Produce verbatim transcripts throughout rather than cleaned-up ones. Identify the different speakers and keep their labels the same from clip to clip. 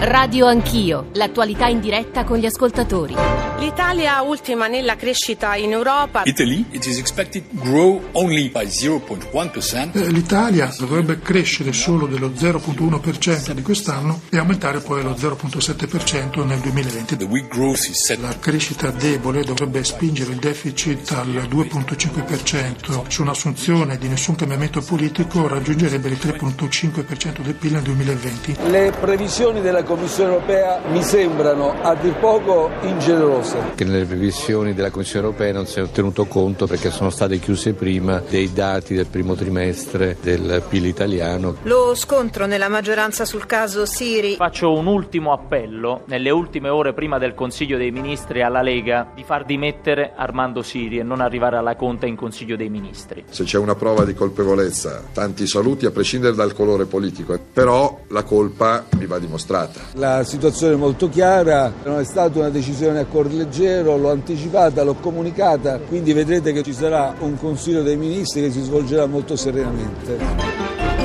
Speaker 1: Radio Anch'io, l'attualità in diretta con gli ascoltatori.
Speaker 2: L'Italia ultima nella crescita in Europa.
Speaker 3: Italy, it is expected to grow only by zero point one percent.
Speaker 4: L'Italia dovrebbe crescere solo dello zero virgola uno per cento di quest'anno e aumentare poi allo zero virgola sette per cento nel duemilaventi.
Speaker 3: The weak growth is set.
Speaker 4: La crescita debole dovrebbe spingere il deficit al due virgola cinque per cento. Su un'assunzione di nessun cambiamento politico raggiungerebbe il tre virgola cinque per cento del P I L nel duemilaventi.
Speaker 5: Le previsioni della Commissione europea mi sembrano a dir poco ingenerose.
Speaker 6: Che nelle previsioni della Commissione europea non si è tenuto conto perché sono state chiuse prima dei dati del primo trimestre del P I L italiano.
Speaker 7: Lo scontro nella maggioranza sul caso Siri.
Speaker 8: Faccio un ultimo appello nelle ultime ore prima del Consiglio dei Ministri alla Lega di far dimettere Armando Siri e non arrivare alla conta in Consiglio dei Ministri.
Speaker 9: Se c'è una prova di colpevolezza, tanti saluti a prescindere dal colore politico, però la colpa mi va dimostrata.
Speaker 5: La situazione è molto chiara, non è stata una decisione a cuor leggero, l'ho anticipata, l'ho comunicata, quindi vedrete che ci sarà un Consiglio dei Ministri che si svolgerà molto serenamente.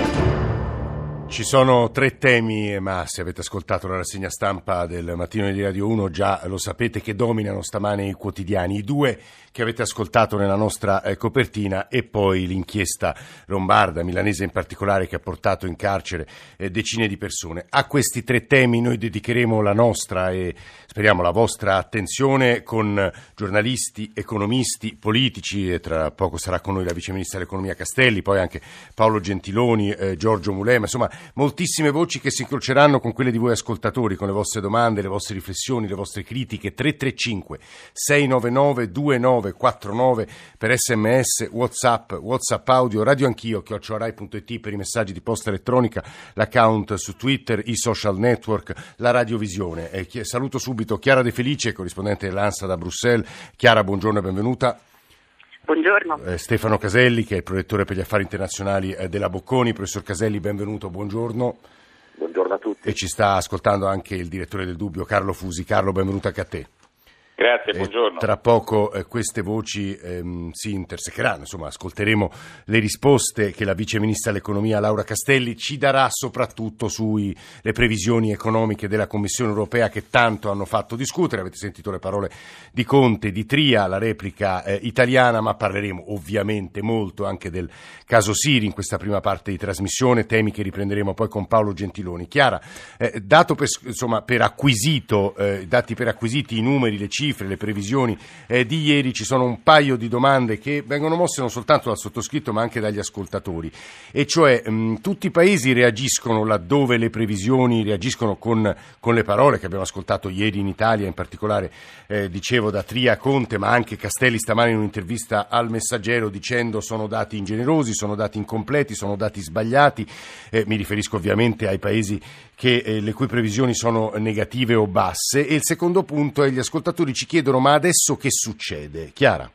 Speaker 10: Ci sono tre temi, ma se avete ascoltato la rassegna stampa del mattino di Radio uno già lo sapete che dominano stamane i quotidiani. I due che avete ascoltato nella nostra eh, copertina e poi l'inchiesta lombarda, milanese in particolare, che ha portato in carcere eh, decine di persone. A questi tre temi noi dedicheremo la nostra e speriamo la vostra attenzione con giornalisti, economisti, politici, e tra poco sarà con noi la Vice Ministra dell'Economia Castelli, poi anche Paolo Gentiloni, eh, Giorgio Mulema, insomma moltissime voci che si incroceranno con quelle di voi ascoltatori, con le vostre domande, le vostre riflessioni, le vostre critiche. Tre tre cinque sei nove nove due nove quattro nove per sms, whatsapp, whatsapp audio, radio anch'io, chiocciola rai punto it per i messaggi di posta elettronica, l'account su Twitter, i social network, la radiovisione. Eh, saluto subito Chiara De Felice, corrispondente dell'ANSA da Bruxelles. Chiara, buongiorno e benvenuta.
Speaker 11: Buongiorno.
Speaker 10: Eh, Stefano Caselli, che è il prorettore per gli affari internazionali eh, della Bocconi. Professor Caselli, benvenuto, buongiorno.
Speaker 12: Buongiorno a tutti.
Speaker 10: E ci sta ascoltando anche il direttore del Dubbio, Carlo Fusi. Carlo, benvenuto anche a te.
Speaker 12: Grazie, buongiorno.
Speaker 10: Eh, tra poco eh, queste voci ehm, si intersecheranno, insomma ascolteremo le risposte che la Vice Ministra dell'Economia Laura Castelli ci darà soprattutto sulle previsioni economiche della Commissione Europea che tanto hanno fatto discutere. Avete sentito le parole di Conte, di Tria, la replica eh, italiana, ma parleremo ovviamente molto anche del caso Siri in questa prima parte di trasmissione, temi che riprenderemo poi con Paolo Gentiloni. Chiara, eh, dato per, insomma, per acquisito, eh, dati per acquisiti i numeri, le cifre, le previsioni eh, di ieri, ci sono un paio di domande che vengono mosse non soltanto dal sottoscritto ma anche dagli ascoltatori, e cioè mh, tutti i paesi reagiscono laddove le previsioni reagiscono con, con le parole che abbiamo ascoltato ieri in Italia, in particolare eh, dicevo da Tria, Conte, ma anche Castelli stamani in un'intervista al Messaggero dicendo sono dati ingenerosi, sono dati incompleti, sono dati sbagliati. Eh, mi riferisco ovviamente ai paesi che, eh, le cui previsioni sono negative o basse. E il secondo punto è: gli ascoltatori ci chiedono ma adesso che succede? Chiara?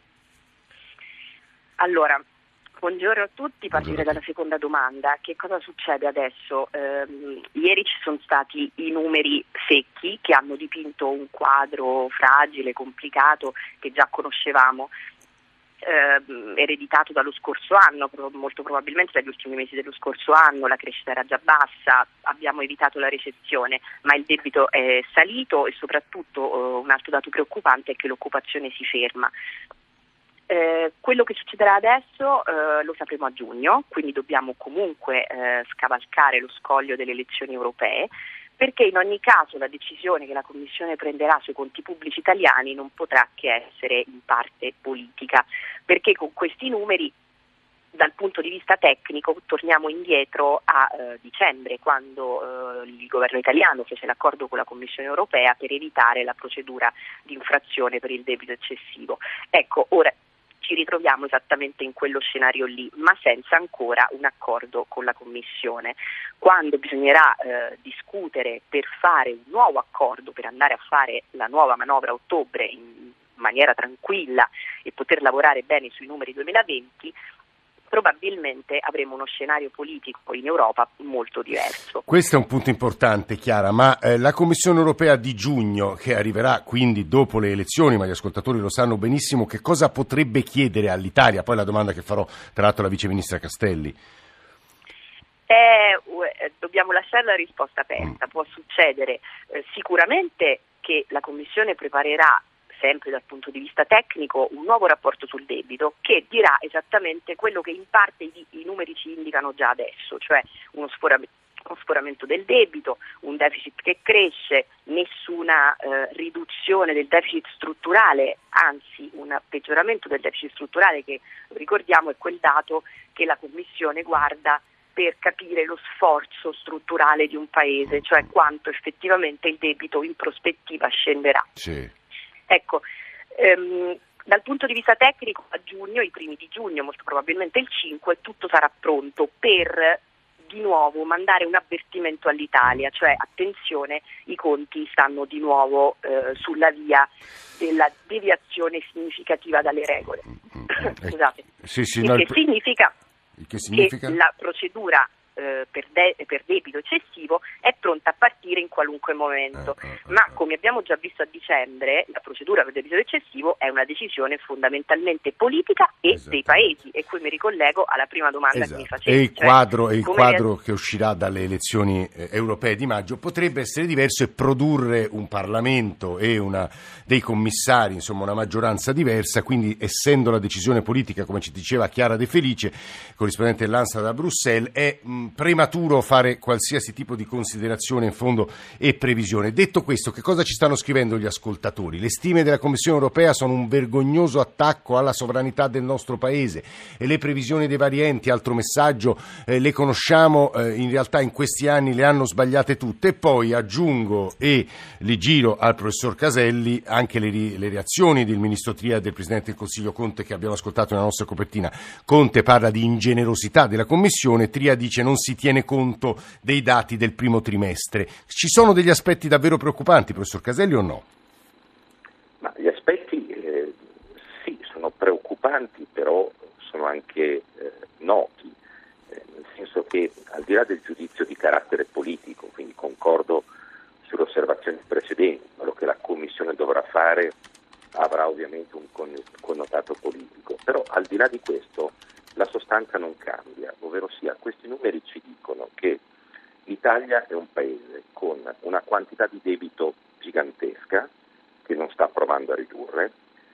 Speaker 11: Allora, buongiorno a tutti, partirei
Speaker 10: Buongiorno.
Speaker 11: dalla seconda domanda. Che cosa succede adesso? Eh, ieri ci sono stati i numeri secchi che hanno dipinto un quadro fragile, complicato, che già conoscevamo. Eh, ereditato dallo scorso anno, molto probabilmente dagli ultimi mesi dello scorso anno. La crescita era già bassa, abbiamo evitato la recessione, ma il debito è salito e soprattutto eh, un altro dato preoccupante è che l'occupazione si ferma. Eh, quello che succederà adesso eh, lo sapremo a giugno, quindi dobbiamo comunque eh, scavalcare lo scoglio delle elezioni europee, perché in ogni caso la decisione che la Commissione prenderà sui conti pubblici italiani non potrà che essere in parte politica, perché con questi numeri dal punto di vista tecnico torniamo indietro a eh, dicembre, quando eh, il governo italiano fece l'accordo con la Commissione europea per evitare la procedura di infrazione per il debito eccessivo. Ecco, ora ci ritroviamo esattamente in quello scenario lì, ma senza ancora un accordo con la Commissione. Quando bisognerà eh, discutere per fare un nuovo accordo, per andare a fare la nuova manovra a ottobre in maniera tranquilla e poter lavorare bene sui numeri duemilaventi, probabilmente avremo uno scenario politico in Europa molto diverso.
Speaker 10: Questo è un punto importante, Chiara, ma eh, la Commissione europea di giugno, che arriverà quindi dopo le elezioni, ma gli ascoltatori lo sanno benissimo, che cosa potrebbe chiedere all'Italia? Poi la domanda che farò tra l'altro alla Vice Ministra Castelli.
Speaker 11: Eh, eh, dobbiamo lasciare la risposta aperta. Può succedere eh, sicuramente che la Commissione preparerà, sempre dal punto di vista tecnico, un nuovo rapporto sul debito che dirà esattamente quello che in parte i, i numeri ci indicano già adesso, cioè uno sforamento, uno sforamento del debito, un deficit che cresce, nessuna eh, riduzione del deficit strutturale, anzi un peggioramento del deficit strutturale che, ricordiamo, è quel dato che la Commissione guarda per capire lo sforzo strutturale di un paese, cioè quanto effettivamente il debito in prospettiva scenderà.
Speaker 10: Sì.
Speaker 11: Ecco, ehm, dal punto di vista tecnico a giugno, i primi di giugno, molto probabilmente il cinque, tutto sarà pronto per di nuovo mandare un avvertimento all'Italia, cioè attenzione, i conti stanno di nuovo eh, sulla via della deviazione significativa dalle regole. Scusate.
Speaker 10: Sì, sì,
Speaker 11: il,
Speaker 10: no,
Speaker 11: che
Speaker 10: il...
Speaker 11: significa
Speaker 10: il che significa
Speaker 11: che la procedura eh, per, de- per debito eccessivo è pronta a partire in qualunque momento,
Speaker 10: eh, eh, eh,
Speaker 11: ma come abbiamo già visto a dicembre, la procedura per debito eccessivo è una decisione fondamentalmente politica e
Speaker 10: esatto.
Speaker 11: dei paesi, e qui mi ricollego alla prima domanda
Speaker 10: esatto.
Speaker 11: che mi facevi.
Speaker 10: E il
Speaker 11: cioè,
Speaker 10: quadro, e il quadro
Speaker 11: è...
Speaker 10: che uscirà dalle elezioni eh, europee di maggio potrebbe essere diverso e produrre un Parlamento e una, dei commissari, insomma una maggioranza diversa, quindi essendo la decisione politica, come ci diceva Chiara De Felice, corrispondente dell'ANSA da Bruxelles, è mh, prematuro fare qualsiasi tipo di considerazione in fondo e previsione. Detto questo, che cosa ci stanno scrivendo gli ascoltatori? Le stime della Commissione europea sono un vergognoso attacco alla sovranità del nostro paese e le previsioni dei vari enti, altro messaggio, eh, le conosciamo, eh, in realtà in questi anni le hanno sbagliate tutte. E poi aggiungo e li giro al professor Caselli anche le, le reazioni del ministro Tria e del Presidente del Consiglio Conte che abbiamo ascoltato nella nostra copertina. Conte parla di ingenerosità della Commissione, Tria dice non si tiene conto dei dati del primo trimestre. Ci sono degli aspetti davvero preoccupanti, professor Caselli, o no?
Speaker 12: Ma gli aspetti eh, sì, sono preoccupanti, però sono anche eh, noti, eh, nel senso che al di là del giudizio di carattere politico, quindi concordo sulle osservazioni precedenti, quello che la Commissione dovrà fare avrà ovviamente un connotato politico, però al di là di questo la sostanza non cambia, ovvero sia questi numeri ci dicono che l'Italia è un paese con una quantità di debito gigantesca che non sta provando a ridurre,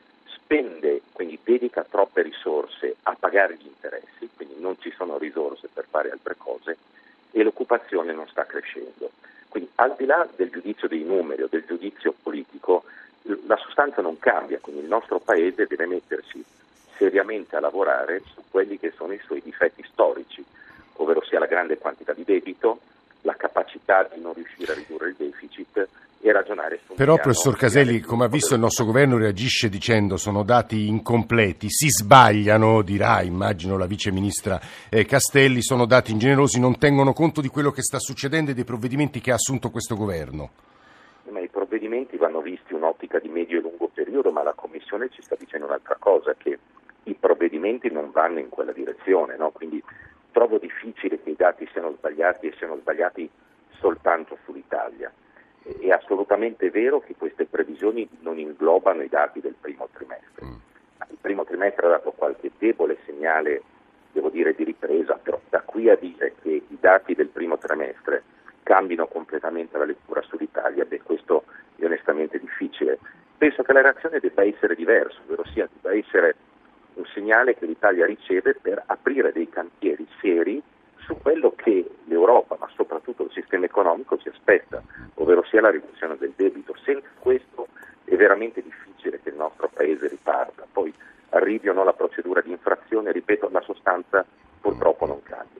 Speaker 12: spende, quindi dedica troppe risorse a pagare gli interessi, quindi non ci sono risorse per fare altre cose e l'occupazione non sta crescendo. Quindi al di là del giudizio dei numeri o del giudizio politico, la sostanza non cambia, quindi il nostro paese deve mettersi seriamente a lavorare su quelli che sono i suoi difetti storici, ovvero sia la grande quantità di debito, la capacità di non riuscire a ridurre il deficit e ragionare su un
Speaker 10: Però,
Speaker 12: piano
Speaker 10: professor Caselli, come ha visto, il nostro governo reagisce dicendo sono dati incompleti, si sbagliano, dirà, immagino, la vice ministra eh, Castelli, sono dati ingenerosi, non tengono conto di quello che sta succedendo e dei provvedimenti che ha assunto questo governo.
Speaker 12: Ma i provvedimenti vanno visti in un'ottica di medio e lungo periodo, ma la Commissione ci sta dicendo un'altra cosa, che i provvedimenti non vanno in quella direzione, no? Quindi trovo difficile che i dati siano sbagliati e siano sbagliati soltanto sull'Italia. È assolutamente vero che queste previsioni non inglobano i dati del primo trimestre. Il primo trimestre ha dato qualche debole segnale, devo dire, di ripresa, però da qui a dire che i dati del primo trimestre cambino completamente la lettura sull'Italia, beh, questo è onestamente difficile. Penso che la reazione debba essere diversa, ovvero sia debba essere un segnale che l'Italia riceve per aprire dei cantieri seri su quello che l'Europa, ma soprattutto il sistema economico si aspetta, ovvero sia la riduzione del debito. Senza questo è veramente difficile che il nostro Paese riparta. Poi arrivi o no la procedura di infrazione, ripeto, la sostanza purtroppo non cambia.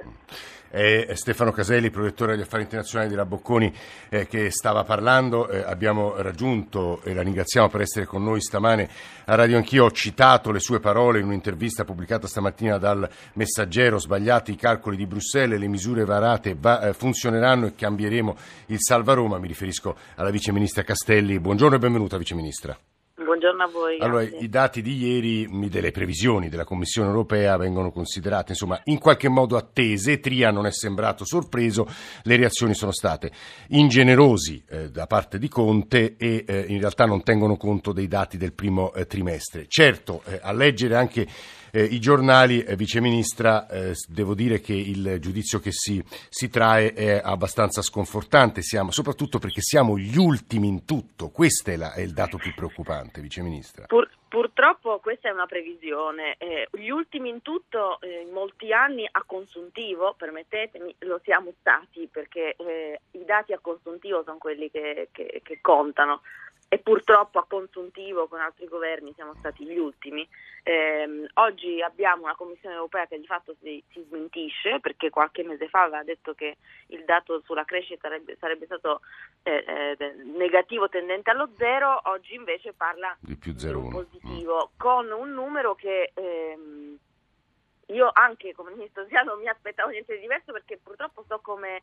Speaker 10: È Stefano Caselli, prorettore degli affari internazionali della Bocconi, eh, che stava parlando. Eh, abbiamo raggiunto, e la ringraziamo per essere con noi stamane a Radio Anch'io, ho citato le sue parole in un'intervista pubblicata stamattina dal Messaggero: sbagliati i calcoli di Bruxelles, le misure varate va, eh, funzioneranno e cambieremo il salva Roma. Mi riferisco alla Vice Ministra Castelli. Buongiorno e benvenuta, Vice Ministra.
Speaker 13: Buongiorno a voi.
Speaker 10: Allora, i dati di ieri delle previsioni della Commissione europea vengono considerate, insomma, in qualche modo attese. Tria non è sembrato sorpreso, le reazioni sono state ingenerosi eh, da parte di Conte e eh, in realtà non tengono conto dei dati del primo eh, trimestre. Certo, eh, a leggere anche eh, i giornali. Eh, Vice Ministra, eh, devo dire che il giudizio che si, si trae è abbastanza sconfortante, siamo, soprattutto perché siamo gli ultimi in tutto. Questo è, la, è il dato più preoccupante, Vice Ministra.
Speaker 11: Pur, purtroppo questa è una previsione. Eh, gli ultimi in tutto, eh, in molti anni a consuntivo, permettetemi, lo siamo stati, perché eh, i dati a consuntivo sono quelli che, che, che contano. E purtroppo a consuntivo con altri governi siamo stati gli ultimi. Eh, oggi abbiamo una Commissione europea che di fatto si, si smentisce, perché qualche mese fa aveva detto che il dato sulla crescita sarebbe, sarebbe stato eh, eh, negativo tendente allo zero, oggi invece parla
Speaker 10: di più
Speaker 11: zero
Speaker 10: zero virgola uno
Speaker 11: positivo, mm. con un numero che ehm, io anche come ministro sia non mi aspettavo niente di diverso, perché purtroppo so come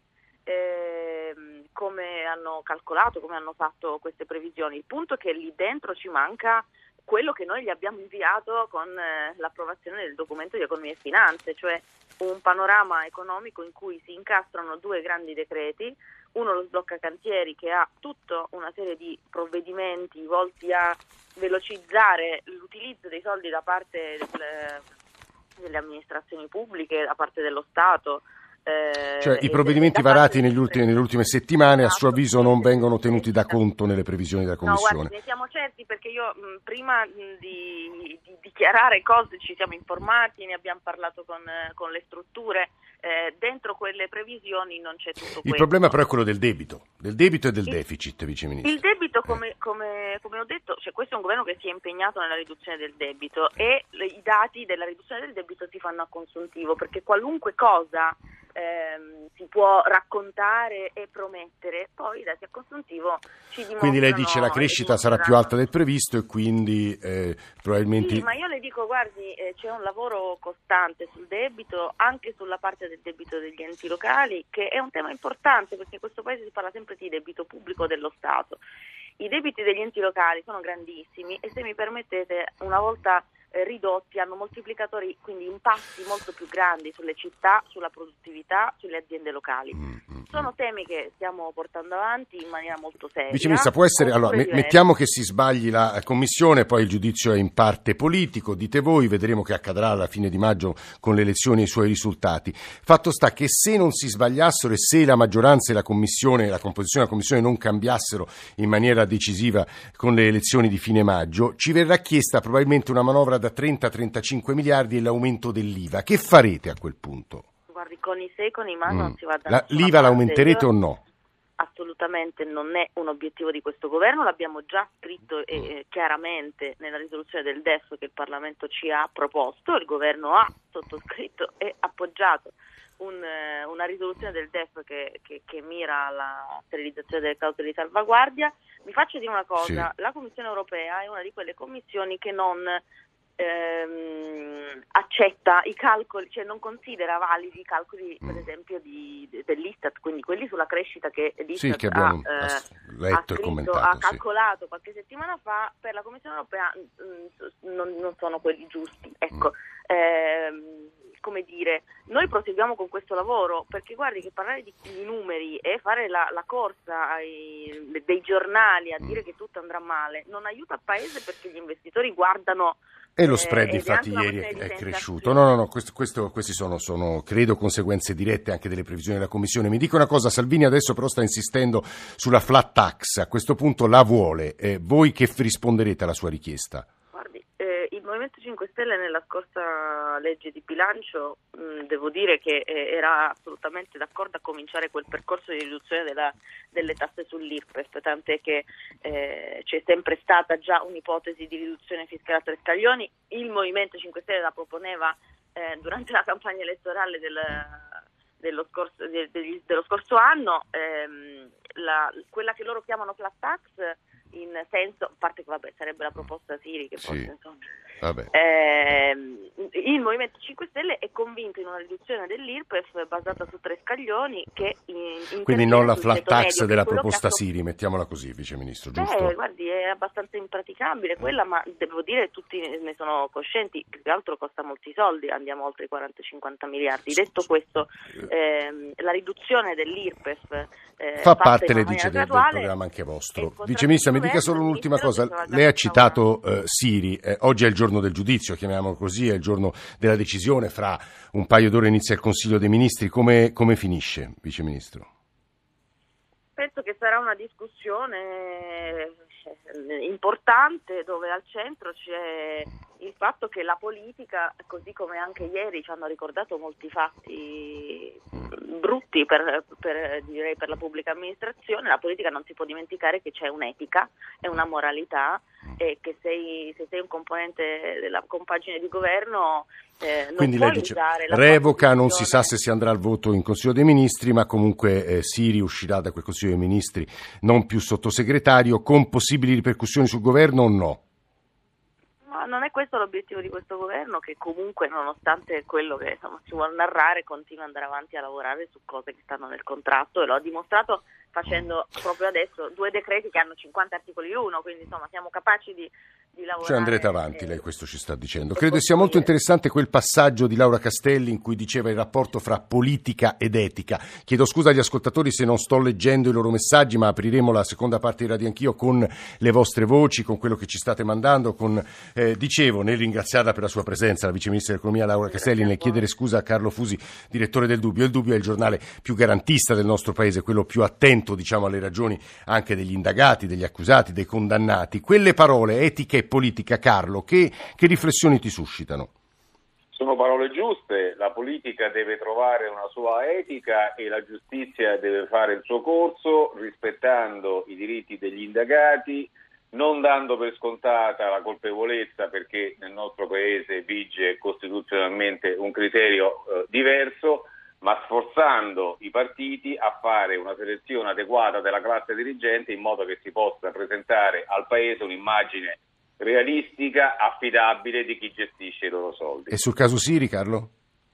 Speaker 11: Eh, come hanno calcolato, come hanno fatto queste previsioni. Il punto è che lì dentro ci manca quello che noi gli abbiamo inviato con eh, l'approvazione del documento di economia e finanze, cioè un panorama economico in cui si incastrano due grandi decreti, uno lo sblocca cantieri, che ha tutta una serie di provvedimenti volti a velocizzare l'utilizzo dei soldi da parte del, delle amministrazioni pubbliche, da parte dello Stato.
Speaker 10: Eh, cioè i provvedimenti varati negli ultimi, nelle ultime settimane, a suo avviso, non vengono tenuti da conto nelle previsioni della Commissione.
Speaker 11: No, guardi, ne siamo certi, perché io mh, prima mh, di, di dichiarare cose ci siamo informati, ne abbiamo parlato con, con le strutture. Eh, dentro quelle previsioni non c'è tutto questo.
Speaker 10: Il problema però è quello del debito, del debito e del il, deficit, Vice Ministro.
Speaker 11: Il debito, come, come, come ho detto, cioè questo è un governo che si è impegnato nella riduzione del debito, e le, i dati della riduzione del debito si fanno a consuntivo, perché qualunque cosa ehm, si può raccontare e promettere, poi i dati a consuntivo ci dimostrano.
Speaker 10: Quindi lei dice la crescita sarà più alta del previsto e quindi eh, probabilmente...
Speaker 11: Sì, ma io le dico, guardi, eh, c'è un lavoro costante sul debito, anche sulla parte del debito degli enti locali, che è un tema importante, perché in questo paese si parla sempre di debito pubblico dello Stato. I debiti degli enti locali sono grandissimi e, se mi permettete, una volta eh, ridotti hanno moltiplicatori, quindi impatti molto più grandi sulle città, sulla produttività, sulle aziende locali. Mm-hmm. Sono temi che stiamo portando avanti in maniera molto seria.
Speaker 10: Vice Ministra, può essere, allora, me, mettiamo che si sbagli la Commissione, poi il giudizio è in parte politico, dite voi, vedremo che accadrà alla fine di maggio con le elezioni e i suoi risultati. Fatto sta che se non si sbagliassero e se la maggioranza e la Commissione, la composizione della Commissione non cambiassero in maniera decisiva con le elezioni di fine maggio, ci verrà chiesta probabilmente una manovra da trenta a trentacinque miliardi e l'aumento dell'I V A. Che farete a quel punto?
Speaker 11: Guardi, con i se e con i ma mm. non si va da
Speaker 10: la, l'I V A l'aumenterete o no?
Speaker 11: Assolutamente non è un obiettivo di questo governo, l'abbiamo già scritto eh, chiaramente nella risoluzione del D E F che il Parlamento ci ha proposto, il governo ha sottoscritto e appoggiato un, eh, una risoluzione del D E F che, che, che mira alla sterilizzazione delle clausole di salvaguardia. Vi faccio dire una cosa, sì. La Commissione europea è una di quelle commissioni che non ehm, accetta i calcoli, cioè non considera validi i calcoli, per esempio, di, dell'Istat, quindi quelli sulla crescita che l'Istat
Speaker 10: sì, che abbiamo
Speaker 11: ha, eh,
Speaker 10: letto
Speaker 11: ha, scritto,
Speaker 10: e commentato,
Speaker 11: ha
Speaker 10: sì.
Speaker 11: calcolato qualche settimana fa. Per la Commissione europea mh, non, non sono quelli giusti. Ecco, mm. ehm, come dire, noi proseguiamo con questo lavoro, perché guardi che parlare di, di numeri e fare la, la corsa ai, dei giornali a dire che tutto andrà male non aiuta il paese, perché gli investitori guardano.
Speaker 10: E lo spread, eh, infatti, ieri è, è cresciuto. No, no, no, questo, questo, questi sono, sono, credo, conseguenze dirette anche delle previsioni della Commissione. Mi dica una cosa, Salvini adesso però sta insistendo sulla flat tax, a questo punto la vuole. Eh, voi che risponderete alla sua richiesta?
Speaker 11: Guardi, eh, il Movimento cinque Stelle nella scorsa legge di bilancio, mh, devo dire che eh, era assolutamente d'accordo a cominciare quel percorso di riduzione della, delle tasse sull'I R P E F, tant'è che eh, c'è sempre stata già un'ipotesi di riduzione fiscale a tre scaglioni. Il Movimento cinque Stelle la proponeva eh, durante la campagna elettorale del, dello, scorso, de, de, dello scorso anno. Ehm, la, quella che loro chiamano flat tax, in senso, a parte che vabbè sarebbe la proposta Siri che forse,
Speaker 10: sì.
Speaker 11: insomma,
Speaker 10: vabbè.
Speaker 11: Eh, il Movimento cinque Stelle è convinto in una riduzione dell'I R P E F basata su tre scaglioni, che in,
Speaker 10: quindi non la flat tax della proposta Siri, mettiamola così, Vice Ministro, giusto?
Speaker 11: Eh, guardi, è abbastanza impraticabile quella, ma devo dire tutti ne sono coscienti, più che altro costa molti soldi, andiamo oltre i quaranta cinquanta miliardi. Detto questo, ehm, la riduzione dell'I R P E F eh,
Speaker 10: fa parte, lei dice, del, del programma anche vostro. Vice Ministro, mi dica solo un'ultima cosa. Lei ha citato uh, Siri, eh, oggi è il giorno del giudizio, chiamiamolo così, è il giorno della decisione, fra un paio d'ore inizia il Consiglio dei Ministri, come, come finisce, Vice Ministro?
Speaker 13: Penso che sarà una discussione importante dove al centro c'è il fatto che la politica, così come anche ieri ci hanno ricordato molti fatti brutti per, per, direi per la pubblica amministrazione, la politica non si può dimenticare che c'è un'etica e una moralità e che sei, se sei un componente della compagine di governo eh, non
Speaker 10: Quindi
Speaker 13: puoi
Speaker 10: lei dice,
Speaker 13: usare la
Speaker 10: revoca, non si sa se si andrà al voto in Consiglio dei Ministri, ma comunque eh, Siri uscirà da quel Consiglio dei Ministri non più sottosegretario, con possibili ripercussioni sul governo o no?
Speaker 13: Ma non è questo l'obiettivo di questo governo, che comunque nonostante quello che insomma, si vuole narrare continua ad andare avanti a lavorare su cose che stanno nel contratto, e lo ha dimostrato facendo proprio adesso due decreti che hanno cinquanta articoli uno, quindi insomma siamo capaci di, di lavorare.
Speaker 10: Cioè andrete avanti, lei questo ci sta dicendo. Credo sia molto interessante quel passaggio di Laura Castelli in cui diceva il rapporto fra politica ed etica. Chiedo scusa agli ascoltatori se non sto leggendo i loro messaggi, ma apriremo la seconda parte di Radio Anch'io con le vostre voci, con quello che ci state mandando, con eh, dicevo, nel ringraziarla per la sua presenza, la Vice Ministra dell'Economia Laura Castelli, nel chiedere scusa a Carlo Fusi, direttore del Dubbio. Il Dubbio è il giornale più garantista del nostro paese, quello più attento, diciamo, alle ragioni anche degli indagati, degli accusati, dei condannati. Quelle parole, etica e politica, Carlo, che, che riflessioni ti suscitano?
Speaker 14: Sono parole giuste, la politica deve trovare una sua etica e la giustizia deve fare il suo corso rispettando i diritti degli indagati, non dando per scontata la colpevolezza, perché nel nostro paese vige costituzionalmente un criterio eh, diverso, ma sforzando i partiti a fare una selezione adeguata della classe dirigente in modo che si possa presentare al Paese un'immagine realistica, affidabile di chi gestisce i loro soldi.
Speaker 10: E sul caso Siri, Carlo?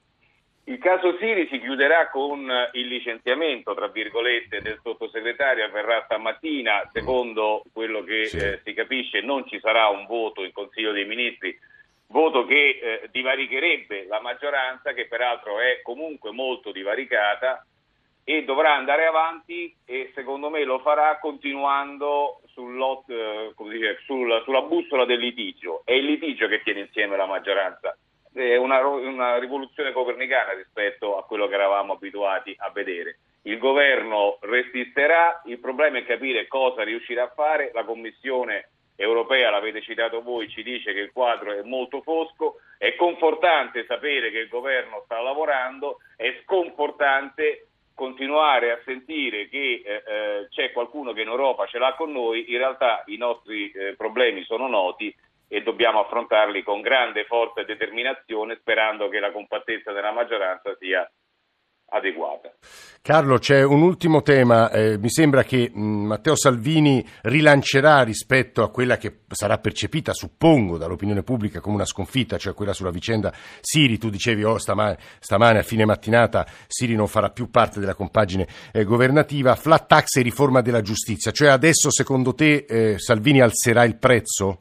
Speaker 14: Il caso Siri si chiuderà con il licenziamento, tra virgolette, del sottosegretario, avverrà stamattina, secondo quello che sì. eh, si capisce non ci sarà un voto in Consiglio dei Ministri, voto che eh, divaricherebbe la maggioranza, che peraltro è comunque molto divaricata, e dovrà andare avanti e secondo me lo farà continuando sull'ot, eh, come dire, sul, sulla bussola del litigio. È il litigio che tiene insieme la maggioranza. È una, una rivoluzione copernicana rispetto a quello che eravamo abituati a vedere. Il governo resisterà, il problema è capire cosa riuscirà a fare. La Commissione europea, l'avete citato voi, ci dice che il quadro è molto fosco. È confortante sapere che il governo sta lavorando, è sconfortante continuare a sentire che eh, eh, c'è qualcuno che in Europa ce l'ha con noi. In realtà i nostri eh, problemi sono noti e dobbiamo affrontarli con grande forza e determinazione, sperando che la compattezza della maggioranza sia adeguata.
Speaker 10: Carlo, c'è un ultimo tema, eh, mi sembra che mh, Matteo Salvini rilancerà rispetto a quella che sarà percepita, suppongo, dall'opinione pubblica come una sconfitta, cioè quella sulla vicenda Siri. Tu dicevi oh, stamane, stamane a fine mattinata Siri non farà più parte della compagine eh, governativa, flat tax e riforma della giustizia, cioè adesso secondo te eh, Salvini alzerà il prezzo?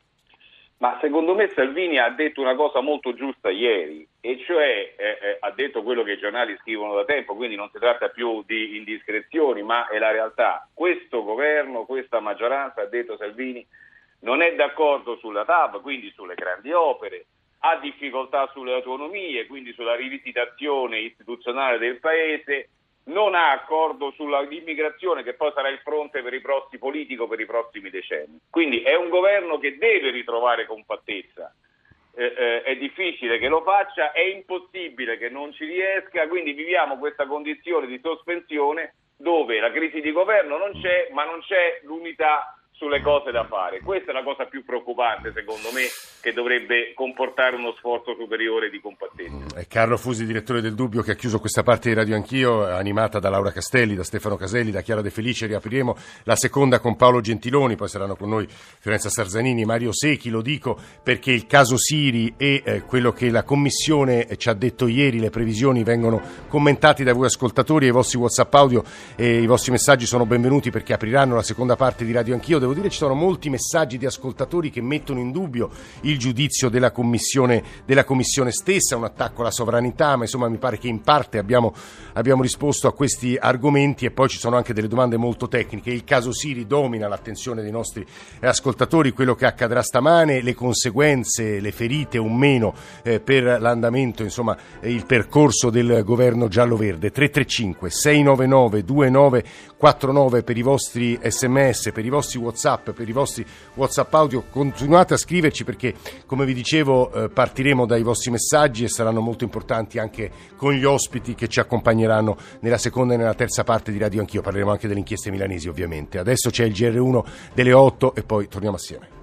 Speaker 14: Ma secondo me Salvini ha detto una cosa molto giusta ieri, e cioè eh, eh, ha detto quello che i giornali scrivono da tempo, quindi non si tratta più di indiscrezioni, ma è la realtà. Questo governo, questa maggioranza, ha detto Salvini, non è d'accordo sulla T A V, quindi sulle grandi opere, ha difficoltà sulle autonomie, quindi sulla rivisitazione istituzionale del Paese, non ha accordo sull'immigrazione, che poi sarà il fronte per i prossimi politico per i prossimi decenni. Quindi è un governo che deve ritrovare compattezza. Eh, eh, è difficile che lo faccia, è impossibile che non ci riesca, quindi viviamo questa condizione di sospensione dove la crisi di governo non c'è, ma non c'è l'unità sulle cose da fare. Questa è la cosa più preoccupante, secondo me, che dovrebbe comportare uno sforzo superiore di compattezza.
Speaker 10: È Carlo Fusi, direttore del Dubbio, che ha chiuso questa parte di Radio Anch'io, animata da Laura Castelli, da Stefano Caselli, da Chiara De Felice. Riapriremo la seconda con Paolo Gentiloni, poi saranno con noi Fiorenza Sarzanini, Mario Secchi. Lo dico perché il caso Siri e eh, quello che la Commissione ci ha detto ieri, le previsioni vengono commentati da voi ascoltatori, e i vostri WhatsApp audio e i vostri messaggi sono benvenuti, perché apriranno la seconda parte di Radio Anch'io. devo dire ci sono molti messaggi di ascoltatori che mettono in dubbio il giudizio della commissione, della commissione stessa, un attacco alla sovranità, ma insomma mi pare che in parte abbiamo, abbiamo risposto a questi argomenti, e poi ci sono anche delle domande molto tecniche. Il caso Siri domina l'attenzione dei nostri ascoltatori, quello che accadrà stamane, le conseguenze, le ferite o meno eh, per l'andamento, insomma eh, il percorso del governo giallo-verde. Tre tre cinque sei nove nove due nove quattro nove per i vostri sms, per i vostri WhatsApp, per i vostri WhatsApp audio. Continuate a scriverci perché, come vi dicevo, eh, partiremo dai vostri messaggi e saranno molto importanti anche con gli ospiti che ci accompagneranno nella seconda e nella terza parte di Radio Anch'io. Parleremo anche delle inchieste milanesi, ovviamente. Adesso c'è il G R uno delle otto e poi torniamo assieme.